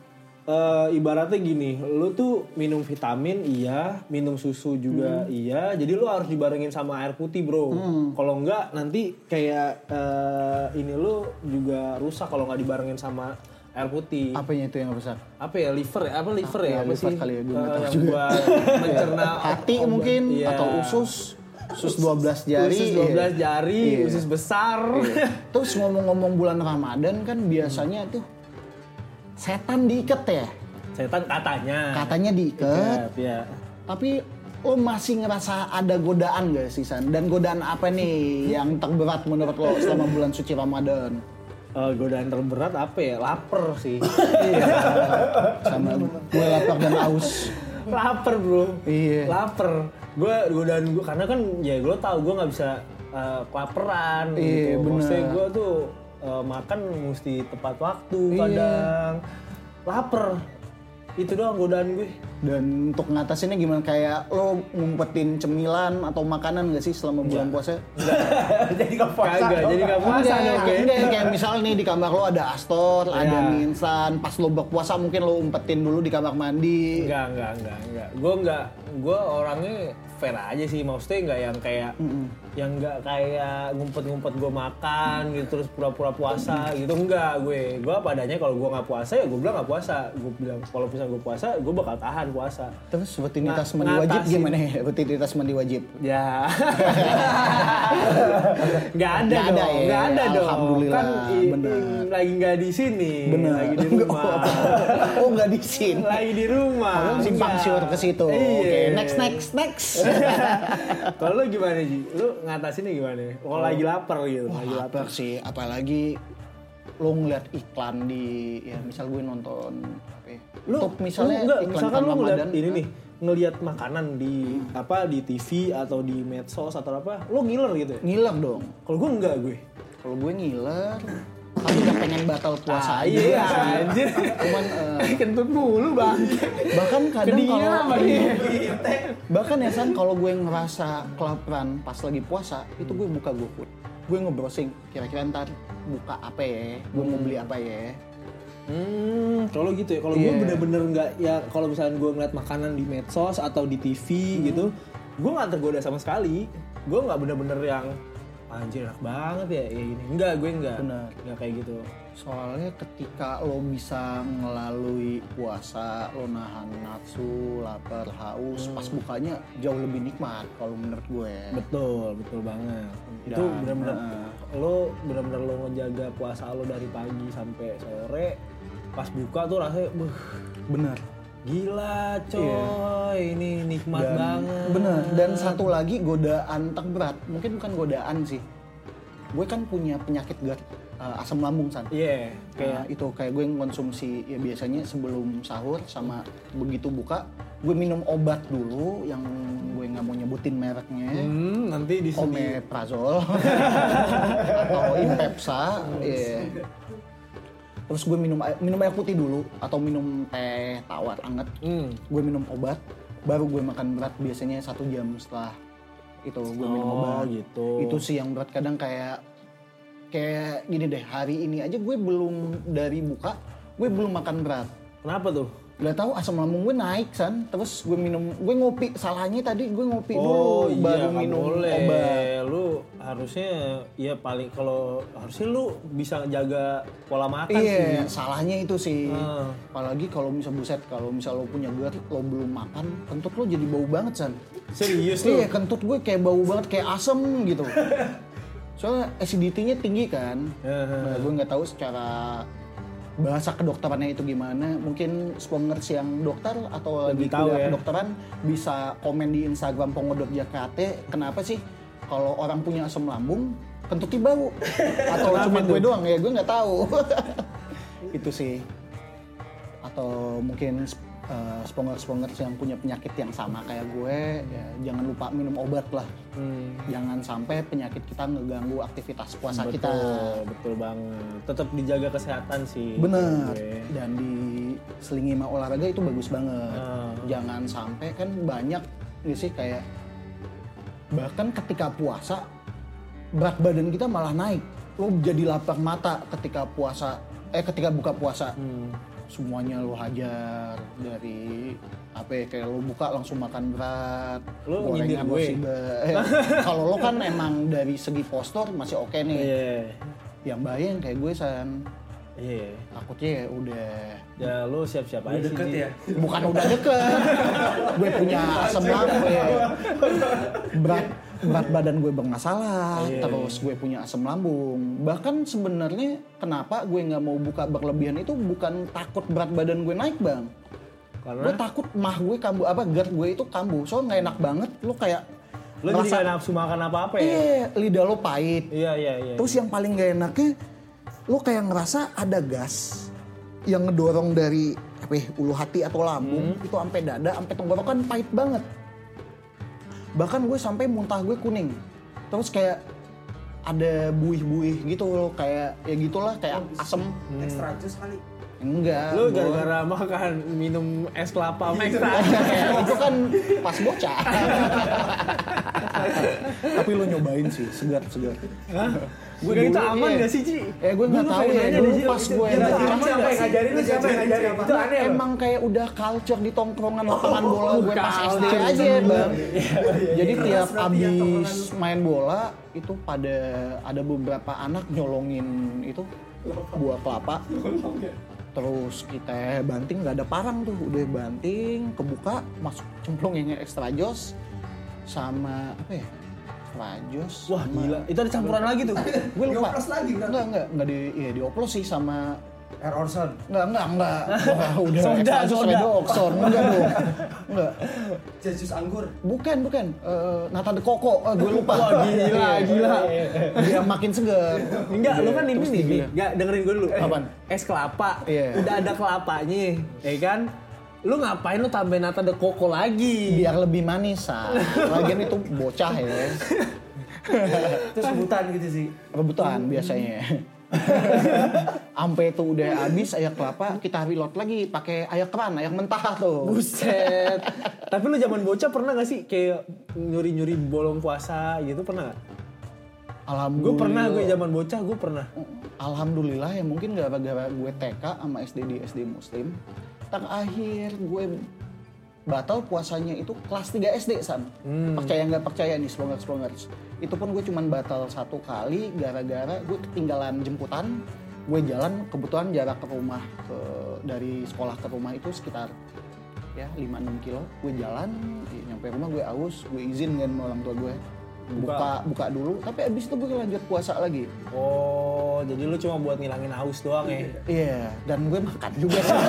uh, ibaratnya gini. Lu tuh minum vitamin iya. Minum susu juga hmm. iya. Jadi lu harus dibarengin sama air putih bro. Hmm. Kalau enggak nanti kayak uh, ini lu juga rusak kalau nggak dibarengin sama air putih. Apanya itu yang rusak? Apa ya, liver ya? Apa liver ya? ya Apa liver sih? kali ya, gue uh, yang buat mencerna hati obat. Mungkin ya. Atau usus. Usus dua belas jari. Usus dua belas iya. jari, iya. Usus besar. Iya. Terus ngomong-ngomong bulan Ramadan kan biasanya tuh setan diikat ya? Setan katanya. Katanya diikat. Ya. Tapi lo masih ngerasa ada godaan gak sih San? Dan godaan apa nih yang terberat menurut lo selama bulan suci Ramadan? Uh, godaan terberat apa ya? Laper sih. Iya. Sama gue lapar dan haus. Laper bro. Iya. Laper. Gue godaan gue karena kan ya gue tahu gue nggak bisa uh, kelaparan. Iya, gitu. Maksudnya gue tuh uh, makan mesti tepat waktu iya. kadang. Laper. Itu doang godaan gue. Dan untuk ngatasinnya gimana? Kayak lo ngumpetin cemilan atau makanan gak sih selama bulan puasa? Enggak. Jadi gak puasa. Kagak, jadi gak puasa. Enggak, enggak, enggak. Kayak misal nih di kamar lo ada Astor, yeah. ada mie instan. Pas lo berpuasa mungkin lo umpetin dulu di kamar mandi. Enggak, enggak, enggak, enggak. Gue enggak, gue orangnya fair aja sih. Maksudnya enggak yang kayak, mm-hmm. yang enggak kayak ngumpet-ngumpet gue makan gitu terus pura-pura puasa gitu. Enggak, gue. Gue apa adanya kalau gue gak puasa ya gue bilang gak puasa. Gue bilang kalau misalnya gue puasa, gue bakal tahan puasa. Terus rutinitas mandi wajib gimana ya? Rutinitas mandi wajib? Ya. Gak ada gak dong. Ada ya? Gak ada dong. Alhamdulillah. Kan bener. lagi gak di sini. Bener. Lagi di rumah. Oh gak di sini. Lagi di rumah. Oh, simpang siur ke situ. Iya. Oke, okay. next next next. Kalau lu gimana Ji? Lu ngatasinnya gimana? Kalau oh. lagi lapar gitu. Wah, lagi lapar sih. Apalagi lo ngeliat iklan di, ya misal gue nonton apa ya, lu, top misalnya lu enggak, iklan misalkan lu ngeliat Ramadan, ini nih, ngeliat makanan di hmm. apa di T V atau di medsos atau apa, lu ngiler gitu ya? Ngiler dong. Kalau gue enggak gue. Kalau gue ngiler, tapi gak pengen batal puasa ah, aja. Iya anjir. Cuman uh, kentut mulu bang. Bahkan kadang kalau iya. bahkan ya San, kalau gue ngerasa kelaparan pas lagi puasa, itu gue buka GoFood. Gue nge-browsing, kira-kira ntar buka apa ya, gue mau beli apa ya. Hmm, kalau gitu ya. Kalau yeah. gue bener-bener nggak ya, kalau misalnya gue ngeliat makanan di medsos atau di T V hmm. gitu, gue nggak tergoda sama sekali. Gue nggak bener-bener yang anjir enak banget ya, ya ini. Enggak, gue enggak. Benar. Enggak kayak gitu. Soalnya ketika lo bisa melalui puasa, lo nahan nafsu, lapar, haus, hmm. pas bukanya jauh lebih nikmat kalau menurut gue. Betul, betul banget. Dan, itu benar-benar uh, lo benar-benar lo ngejaga puasa lo dari pagi sampai sore. Pas buka tuh rasanya beuh, bener. Gila coy, iya. Ini nikmat dan, banget. Bener, dan satu lagi godaan terberat, mungkin bukan godaan sih. Gue kan punya penyakit GERD, uh, asam lambung San. Iya. Yeah, kayak uh, itu kayak gue ngonsumsi ya biasanya sebelum sahur sama begitu buka, gue minum obat dulu yang gue nggak mau nyebutin mereknya. Hmm, nanti di Omeprazole atau Impepsa. Yeah. Terus gue minum air, minum air putih dulu atau minum teh tawar anget. Hmm. Gue minum obat, baru gue makan berat biasanya satu jam setelah itu gue oh, minum obat. Gitu. Itu sih yang berat kadang kayak kayak gini deh, hari ini aja gue belum dari buka, gue belum makan berat. Kenapa tuh? Gak tahu asam lambung gue naik San, terus gue minum, gue ngopi, salahnya tadi gue ngopi oh, dulu iya, baru minum boleh. obat. Lu harusnya ya paling kalau harusnya lu bisa jaga pola makan iya, sih. salahnya itu sih. Hmm. Apalagi kalau misal buset, kalau misal lo punya GERD, lo belum makan, kentut lo jadi bau banget San. Serius lu? Iya, kentut gue kayak bau banget, kayak asem gitu. Soalnya acidity-nya tinggi kan. Nah, gue nggak tahu secara bahasa kedokterannya itu gimana. Mungkin spongers yang dokter atau lagi Lebih tahu kuliah ya. kedokteran bisa komen di Instagram Pongodok Jakarta. Kenapa sih kalau orang punya asam lambung kentutnya bau? Atau cuma gue doang ya? Gue nggak tahu. Itu sih. Atau mungkin uh, spongers-spongers yang punya penyakit yang sama kayak gue, ya jangan lupa minum obat lah. Hmm. Jangan sampai penyakit kita ngeganggu aktivitas puasa Betul, kita. betul banget. Tetap dijaga kesehatan sih. Bener. Gue. Dan diselingi sama olahraga itu bagus banget. Ah. Jangan sampai kan banyak ya sih kayak bahkan ketika puasa berat badan kita malah naik. Lo jadi lapar mata ketika puasa, eh ketika buka puasa. Hmm. Semuanya lo hajar dari apa ya, kayak lo buka langsung makan berat, Lo gorengan nyindir gue? musibah. Eh, kalau lo kan emang dari segi postur masih oke nih. Iya. Yang bayang kayak gue san, Iya. takutnya ya udah Ya lu siap-siap Udah aja sih. deket Ji. ya? bukan udah deket. Gue punya asam lambung ya. Berat berat badan gue bermasalah, Iya, terus gue punya asam lambung. Bahkan sebenarnya kenapa gue nggak mau buka berlebihan itu bukan takut berat badan gue naik bang. Karena Gue takut mah gue kambuh apa GERD gue itu kambuh. Soalnya nggak enak banget. Lo kayak lu jadi gak nafsu makan apa-apa ya? iya, lidah lo pahit. Iya, iya, iya. Terus yang paling gak enaknya, lo kayak ngerasa ada gas yang ngedorong dari apa ya, ulu hati atau lambung Hmm. itu sampai dada, sampai tenggorokan pahit banget. Bahkan gue sampai muntah gue kuning. Terus kayak ada buih-buih gitu loh, kayak ya gitulah kayak asem. Extra jus kali. Enggak. Lu gua- gara-gara makan minum es kelapa sama extra. itu kan pas bocah. Tapi lo nyobain sih, segar-segar. Hah? Gue kayak itu Dulu, aman iya. gak sih, Ci? Eh gue nggak Gua tahu pengen ya, nanya dulu deh, Ci. pas gue Itu lagi aman Siapa nggak yang sih? ngajarin lu? Siapa yang ngajarin? Itu aneh ya? Emang kayak udah culture di tongkrongan lapangan bola gue pas S D culture. aja ya bang. Jadi Keras tiap berarti ya abis tongkrongan. main bola itu pada ada beberapa anak nyolongin itu buah kelapa. Terus kita banting nggak ada parang tuh, udah banting kebuka masuk cemplung yang extra jos sama apa ya? Extra jos. Wah sama- gila, itu ada campuran lagi tuh. Gue lupa. Dioplos lagi berarti. Enggak enggak enggak di iya dioplos sih sama Air Orson. enggak enggak enggak. Wah, udah Soda, extra jos soda. redoxon enggak dong. Enggak. Jus anggur. Bukan, bukan. Eh, Nata de Coco. Eh, gue lupa. Wah, gila, Iya. gila. Biar makin segar. Enggak, lu kan ini Terus nih, dibilang. enggak dengerin gue dulu. Apaan? Es kelapa. Iya. Udah ada kelapanya, ya kan? Lu ngapain lu tambahin nata de coco lagi? Biar lebih manis, ah. Lagian itu bocah ya. Itu sebutan gitu sih. Rebutan biasanya. Ampe itu udah habis air kelapa, kita reload lagi pakai air keran, air mentah tuh. Buset. Tapi lu zaman bocah pernah gak sih kayak nyuri-nyuri bolong puasa gitu, pernah gak? Gue Alhamdulillah. pernah, gue zaman bocah gue pernah. Alhamdulillah ya mungkin gara-gara gue T K sama S D di S D Muslim. Terakhir gue batal puasanya itu kelas tiga S D Sam. Hmm. Percaya nggak percaya nih spongers-spongers. Itu pun gue cuman batal satu kali gara-gara gue ketinggalan jemputan. Gue jalan kebetulan jarak ke rumah ke dari sekolah ke rumah itu sekitar ya lima enam kilo. Gue jalan ya, nyampe rumah gue aus, gue izin kan sama orang tua gue. Buka buka dulu, tapi abis itu gue lanjut puasa lagi. Oh, jadi lu cuma buat ngilangin haus doang ya? Iya, dan gue makan juga sih.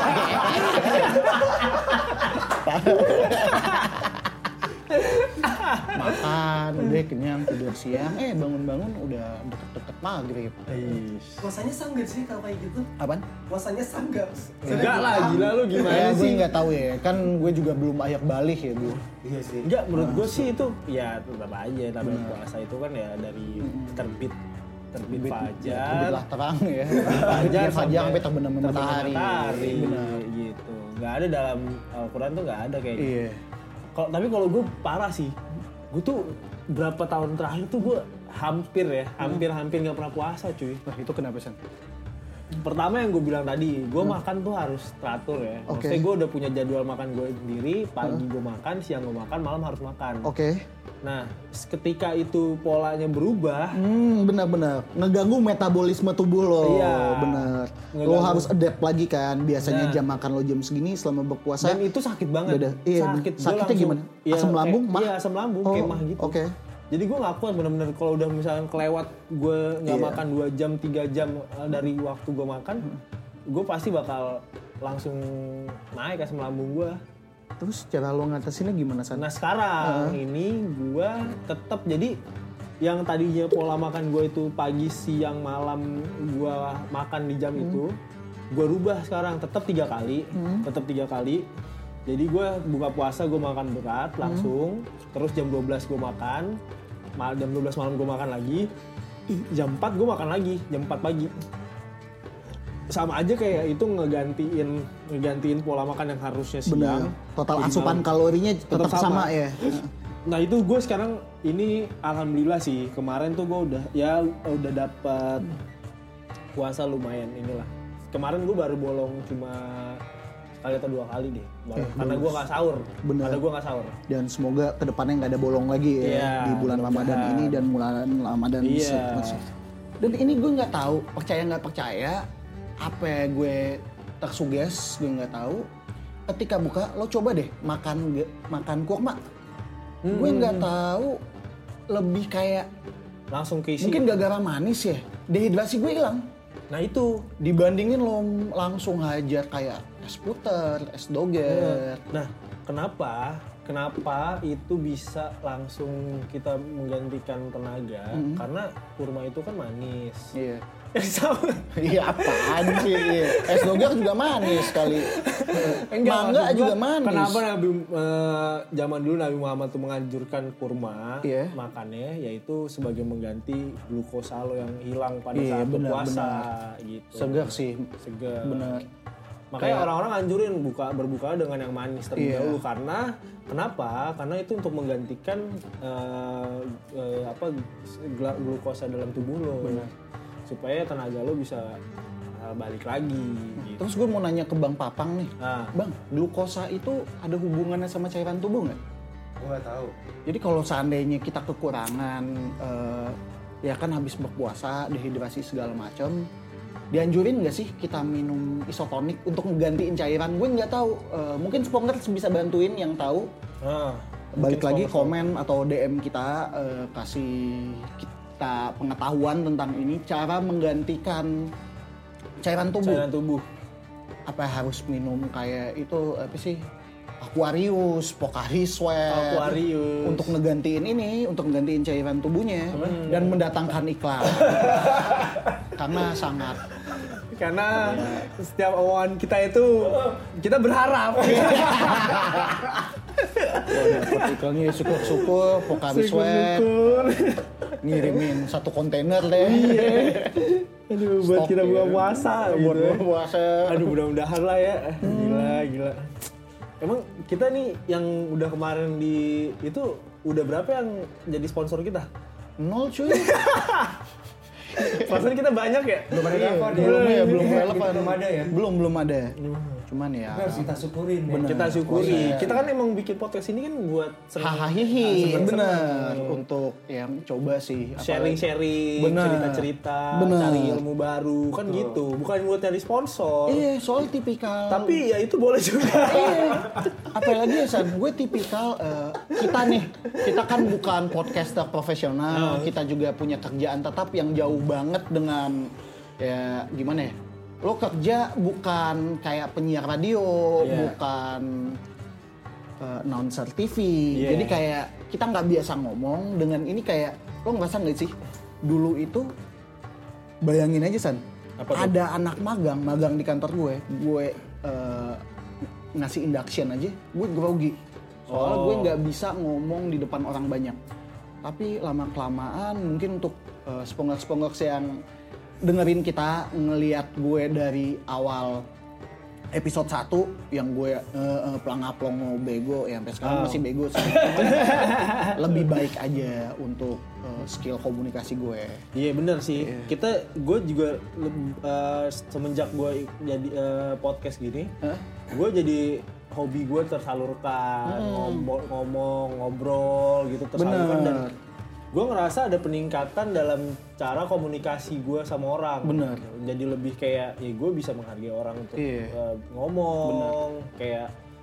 Makan, udah kenyang, tidur siang, eh bangun-bangun udah deket-deket maghrib. Puasanya sah nggak sih kalau kayak gitu? Apaan? Puasanya sah nggak? Enggak lah, gila lu gimana Ya gue sih? nggak tahu ya, kan gue juga belum ayak balik ya bu. Iya sih. Enggak, menurut gue sih itu ya tetap aja namanya puasa itu kan ya dari terbit terbit fajar, Terbitlah terang ya. fajar Fajar fajar sampai terbenam matahari. matahari Benar. gitu. Nggak ada dalam Al-Quran tuh nggak ada kayaknya. Iya. Kalau tapi kalau gue parah sih, gue tuh berapa tahun terakhir tuh gue hampir ya, hampir-hampir nggak pernah puasa cuy. Nah itu kenapa San? Pertama yang gue bilang tadi, gue makan tuh harus teratur ya. Oke. Maksudnya gue udah punya jadwal makan gue sendiri, pagi gue makan, siang gue makan, malam harus makan. Oke. Nah, ketika itu polanya berubah, Hmm, benar-benar ngeganggu metabolisme tubuh lo. Iya. Benar. Lo Ngeganggu. harus adapt lagi kan. Biasanya Nah. jam makan lo jam segini selama berpuasa. dan itu sakit banget. Beda. Iya, sakit. Gua sakitnya langsung- gimana? ya, Asam lambung, kayak- mah? Iya, asam lambung, Oh, kayak mah gitu. Oke. jadi gue nggak kuat bener-bener kalau udah misalnya kelewat gue nggak Iya. makan dua jam tiga jam uh, dari waktu gue makan, gue pasti bakal langsung naik asam lambung gue. Terus cara lo ngatasinnya gimana, San? Nah sekarang ini gue tetap jadi yang tadinya pola makan gue itu pagi, siang, malam gue makan di jam itu, gue rubah sekarang tetap tiga kali, tetap tiga kali. Jadi gue buka puasa gue makan berat langsung, terus jam dua belas gue makan, mal- jam dua belas malam gue makan lagi, jam empat gue makan lagi, jam empat pagi. Sama aja kayak itu ngegantiin ngegantiin pola makan yang harusnya siang. Bener. Total jadi asupan malam. kalorinya tetap Tetap sama. sama. ya. Nah itu gue sekarang ini alhamdulillah sih, kemarin tuh gue udah ya udah dapat puasa lumayan inilah. Kemarin gue baru bolong cuma sekali atau dua kali deh, baru, Eh, karena bagus. gue nggak sahur. Bener. Karena gue nggak sahur. Dan semoga kedepannya nggak ada bolong lagi ya Iya, di bulan Ramadan mudah-mudahan. ini dan bulan Ramadan Iya. seterusnya. Dan ini gue nggak tahu, percaya nggak percaya, apa ya gue tersuges, gue nggak tahu. Ketika buka, lo coba deh makan ge- makan kurma. Hmm. Gue nggak tahu, lebih kayak Langsung keisi. mungkin gara-gara manis ya, dehidrasi gue hilang. Nah itu. Dibandingin lo langsung hajar kayak es puter, es doger. Nah kenapa? Kenapa itu bisa langsung kita menggantikan tenaga? Karena kurma itu kan manis. Iya. Sama. Iya apaan sih? Iya. Es doger juga manis kali. Mangga maksud juga gua, manis. Kenapa Nabi eh, zaman dulu Nabi Muhammad tuh menganjurkan kurma Iya. makannya, yaitu sebagai mengganti glukosa lo yang hilang pada Iya, saat benar, berpuasa gitu. Segar sih. Segar. Bener. Makanya Kayak- orang-orang anjurin buka berbuka dengan yang manis terlebih Iya. dahulu karena kenapa? Karena itu untuk menggantikan eh, eh, apa gla- glukosa dalam tubuh lo. Supaya tenaga lo bisa eh, balik lagi gitu. Terus gue mau nanya ke Bang Papang nih. Nah, Bang, glukosa itu ada hubungannya sama cairan tubuh nggak? Gue nggak tahu. Jadi kalau seandainya kita kekurangan, eh, ya kan habis berpuasa, dehidrasi segala macam, dianjurin nggak sih kita minum isotonik untuk ngegantiin cairan? Gue nggak tahu. Eh, mungkin Spongers bisa bantuin yang tahu. nah, Balik mungkin lagi sponsor. komen atau D M kita, eh, kasih kita pengetahuan tentang ini, cara menggantikan cairan tubuh. cairan tubuh. Apa harus minum kayak itu apa sih? Aquarius, Pocari Sweat. Aquarius. Untuk ngegantiin ini, untuk ngegantiin cairan tubuhnya dan mendatangkan iklan. Karena sangat Karena setiap omongan kita itu kita berharap. wah, dapet iklannya syukur-syukur Pocari Sweat Syukur-syukur. ngirimin satu kontainer deh. Aduh, buat Stok kita ya. buka puasa Buat gitu. buka puasa. Aduh, mudah-mudahan lah ya. Gila, gila. Emang kita nih yang udah kemarin di itu udah berapa yang jadi sponsor kita? Nol cuy. Perasaan kita banyak ya? Belum ada Iya, kapan belum ya, belum Gitu relevan. belum ada ya. Belum belum ada. Cuman ya. Tapi harus kita syukurin ya. Bener. Kita syukuri. Iya. Kita kan emang bikin podcast ini kan buat seneng- Hahaha, seneng-seneng. bener. Untuk yang coba sih. apalagi- Sharing-sharing, Bener. cerita-cerita, Bener. cari ilmu baru, kan gitu. Bukan buat cari sponsor. Iya, soal tipikal. Tapi ya itu boleh juga. Iya. Apalagi ya San, gue tipikal eh, kita nih, kita kan bukan podcaster profesional, kita juga punya kerjaan tetap yang jauh banget dengan ya gimana ya? Lo kerja bukan kayak penyiar radio, Iya. bukan eh, announcer T V, Iya. jadi kayak kita nggak biasa ngomong dengan ini kayak lo ngerasa nggak sih dulu itu bayangin aja San, Apa tuh? ada anak magang magang di kantor gue, gue eh, ngasih induction aja, gue grogi. Soalnya Oh. gue nggak bisa ngomong di depan orang banyak. Tapi lama-kelamaan mungkin untuk uh, spongers-spongers yang dengerin kita, ngelihat gue dari awal episode satu yang gue uh, uh, pelangap-pelongo bego, ya sampai sekarang Oh. masih bego sih. Lebih baik aja untuk uh, skill komunikasi gue. Iya benar sih. Kita, gue juga leb- eh, semenjak gue jadi eh, podcast gini, Hah? gue jadi hobi gue tersalurkan, ngomong, ngomong, ngobrol gitu tersalurkan. Bener. Dan gue ngerasa ada peningkatan dalam cara komunikasi gue sama orang. Bener. Jadi lebih kayak, ya gue bisa menghargai orang untuk Iya. eh, ngomong, kayak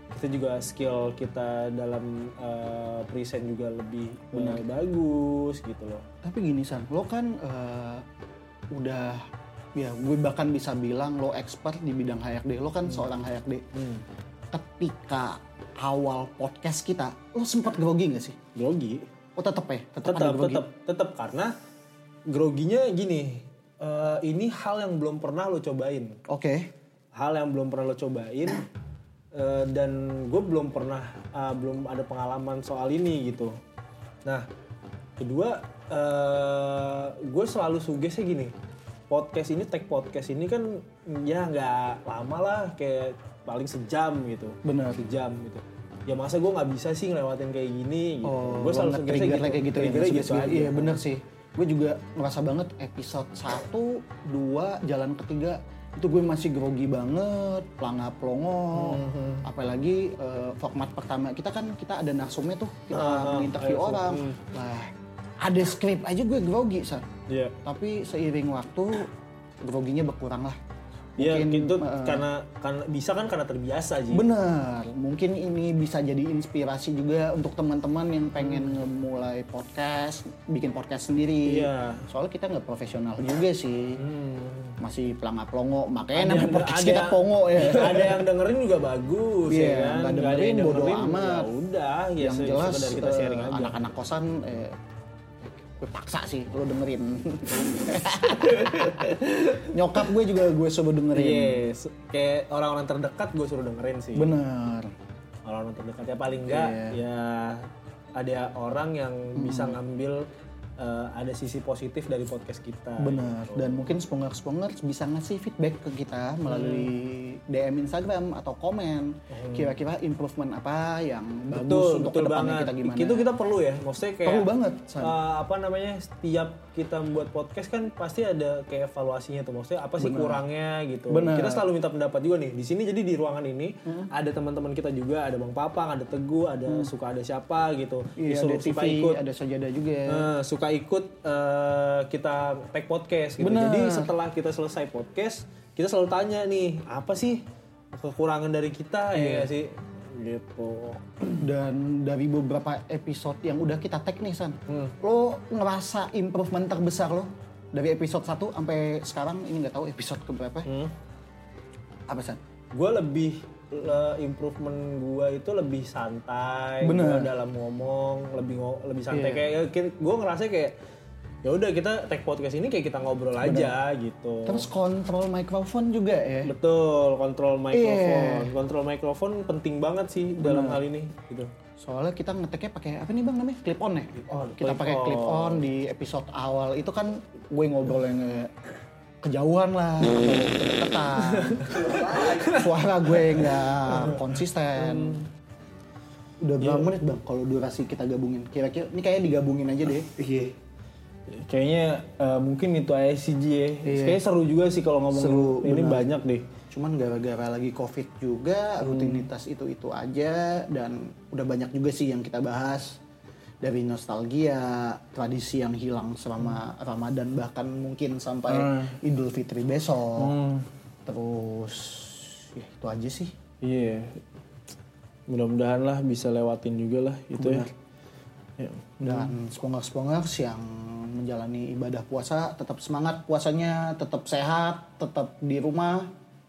kita juga skill kita dalam uh, present juga lebih uh, bagus gitu loh. Tapi gini San, lo kan uh, udah ya gue bahkan bisa bilang lo expert di bidang H R D. Lo kan hmm. seorang H R D. Hmm. Ketika awal podcast kita, lo sempat grogi nggak sih? Grogi. Oh tetep ya? Tetep, tetep, tetep karena groginya gini. Uh, ini hal yang belum pernah lo cobain. Oke. Okay. Hal yang belum pernah lo cobain uh, dan gue belum pernah uh, belum ada pengalaman soal ini gitu. Nah, kedua uh, gue selalu sugesnya gini. Podcast ini, tag podcast ini kan ya nggak lama lah, kayak paling sejam gitu. Benar. Sejam gitu. Ya masa gue nggak bisa sih ngelewatin kayak gini gitu. Oh, gue selalu sugesnya gitu. Kayak gitu, ya, gitu aja. Iya bener sih. Gue juga ngerasa banget episode satu, dua, jalan ketiga itu gue masih grogi banget, pelangap-pelongo. Mm-hmm. Apalagi uh, format pertama kita kan kita ada narsumnya tuh, kita uh-huh. menginterview uh, orang. Mm. Lah, ada skrip aja gue grogi, San. Iya. Yeah. Tapi seiring waktu groginya berkurang lah. Iya, itu uh, karena karena bisa kan karena terbiasa aja. Bener, mungkin ini bisa jadi inspirasi juga untuk teman-teman yang pengen ngemulai podcast, bikin podcast sendiri. Iya. Soalnya kita nggak profesional juga sih, hmm. masih pelangap-pelongo, makanya ada namanya podcast kita pongo ya. Ada yang dengerin juga bagus, yeah, ya kan. Nggak dengerin, bodo amat. Ya udah, ya yang jelas dari kita sharing uh, aja. Anak-anak kosan. Eh, gue paksa sih lo dengerin. Nyokap gue juga gue suruh dengerin. Yes, kayak orang-orang terdekat gue suruh dengerin sih. Bener. Orang-orang terdekat ya paling enggak yeah. ya ada orang yang hmm. bisa ngambil uh, ada sisi positif dari podcast kita. Bener. Gitu. Dan mungkin spongers-spongers bisa ngasih feedback ke kita melalui hmm. D M Instagram atau komen. Hmm. Kira-kira improvement apa yang bagus betul, untuk betul kedepannya banget. kita gimana. Itu kita perlu ya. Maksudnya kayak perlu banget. Uh, apa namanya setiap kita membuat podcast kan pasti ada kayak evaluasinya tuh. Maksudnya apa sih Bener. kurangnya gitu. Bener. Kita selalu minta pendapat juga nih. Di sini jadi di ruangan ini hmm. ada teman-teman kita juga, ada Bang Papang, ada Teguh, ada hmm. suka ada siapa gitu. Iya, ada T V, suka ikut, ada Sajadah juga. Uh, suka ikut uh, kita tag podcast gitu. Bener. Jadi setelah kita selesai podcast, kita selalu tanya nih, apa sih kekurangan dari kita iya. ya sih? Gitu. Dan dari beberapa episode yang udah kita tag nih San, hmm. lo ngerasa improvement terbesar lo dari episode satu sampai sekarang ini nggak tahu episode keberapa? Hmm. Apa San? Gue lebih le, improvement gue itu lebih santai, gue dalam ngomong lebih lebih santai yeah. kayak gue ngerasa kayak ya udah kita tag podcast ini kayak kita ngobrol aja Bener. gitu. Terus kontrol mikrofon juga ya. Betul, kontrol mikrofon. Yeah. Kontrol mikrofon penting banget sih Bener. dalam hal ini gitu. Soalnya kita ngeteknya pakai apa nih Bang namanya? Clip on ya? Oh, kita pakai clip on di episode awal. Itu kan gue ngobrol yang kejauhan lah, kedekatan. Suara gue nggak konsisten. Udah berapa yeah. menit Bang kalau durasi kita gabungin? Kira-kira ini kayaknya digabungin aja deh. Iya. Kayaknya uh, mungkin itu aja sih Ji ya. Iya. Kayaknya seru juga sih kalau ngomong seru, ini benar. Banyak deh. Cuman gara-gara lagi Covid juga, hmm. rutinitas itu-itu aja. Dan udah banyak juga sih yang kita bahas. Dari nostalgia, tradisi yang hilang selama hmm. Ramadan, bahkan mungkin sampai hmm. Idul Fitri besok. Hmm. Terus, ya itu aja sih. Iya. Yeah. Mudah-mudahan lah bisa lewatin juga lah itu benar. Ya. Dan spongers-spongers yang menjalani ibadah puasa tetap semangat puasanya, tetap sehat, tetap di rumah,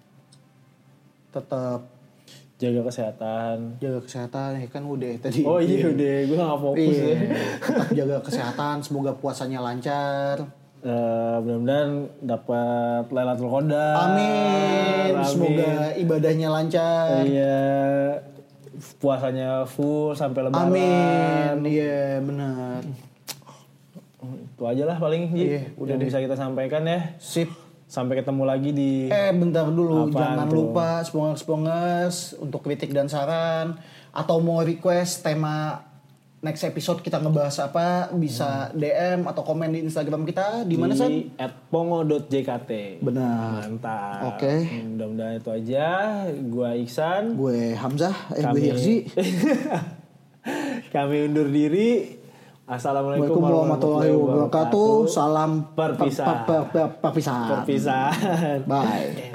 tetap jaga kesehatan. Jaga kesehatan ya kan udah tadi. Oh iya udah, gue nggak fokus iya. ya. Tetap jaga kesehatan, semoga puasanya lancar. Uh, mudah-mudahan dapat Lailatul Qadar. Amin. Amin. Semoga ibadahnya lancar. Iya. Puasanya full sampai lebaran. Amin. Iya, benar. Itu aja lah paling iya, udah bisa kita sampaikan ya. Sip. Sampai ketemu lagi di Eh, bentar dulu. Apaan Jangan tuh? lupa spongers-spongers untuk kritik dan saran atau mau request tema next episode kita ngebahas apa, bisa hmm. D M atau komen di Instagram kita di mana San? Di at pongo dot j k t. Benar. Mantap. Oke. Okay. Mudah-mudahan itu aja. Gua Iksan. Gue Hamzah. Eh, gue Hirzi. Kami undur diri. Assalamualaikum warahmatullahi wabarakatuh. Salam perpisahan. Per, per, per, perpisahan. Perpisahan. Bye.